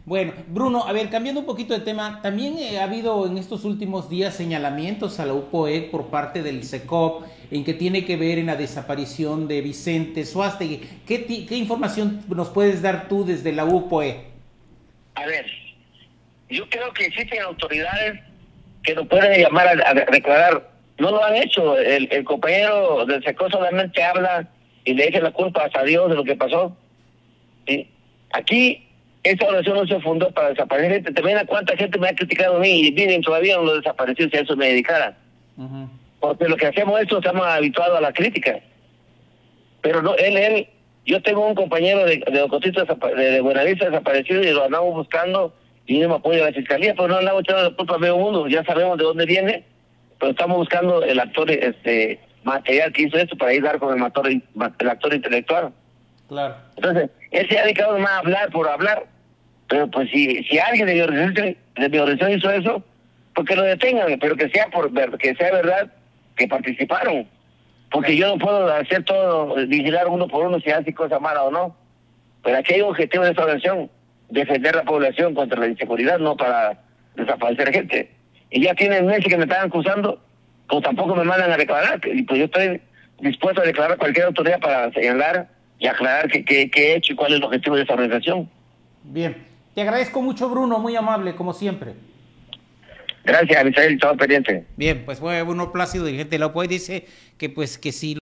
Bueno, Bruno, a ver, cambiando un poquito de tema, también ha habido en estos últimos días señalamientos a la UPOE por parte del SECOP en que tiene que ver en la desaparición de Vicente Suástegui. ¿Qué información nos puedes dar tú desde la UPOE? A ver, yo creo que existen autoridades que nos pueden llamar a declarar. No lo han hecho. El compañero del SECO solamente habla y le echa la culpa hasta Dios de lo que pasó. ¿Sí? Aquí, esta oración no se fundó para desaparecer gente. También a cuánta gente me ha criticado a mí y miren, todavía no lo desapareció si a eso me dedicara. Ujú. Porque lo que hacemos esto estamos habituados a la crítica. Pero no, yo tengo un compañero de Ocotito de Buenavista desaparecido y lo andamos buscando y no me apoya la fiscalía, pero no andamos echando la culpa a medio mundo, ya sabemos de dónde viene, pero estamos buscando el actor material que hizo esto para ir a dar con el actor intelectual. Claro. Entonces, él se ha dedicado más a hablar por hablar, pero pues si alguien de mi organización hizo eso, pues que lo detengan, pero que sea que sea verdad que participaron. Porque yo no puedo hacer todo, vigilar uno por uno si hace cosas malas o no. Pero aquí hay un objetivo de esta organización, defender la población contra la inseguridad, no para desaparecer gente. Y ya tienen meses que me están acusando, pues tampoco me mandan a declarar. Y pues yo estoy dispuesto a declarar cualquier autoridad para señalar y aclarar qué he hecho y cuál es el objetivo de esta organización. Bien. Te agradezco mucho, Bruno, muy amable, como siempre. Gracias, Misael, estaba pendiente. Bien, pues fue Bruno Plácido, dirigente de la UPOE, dice que pues que si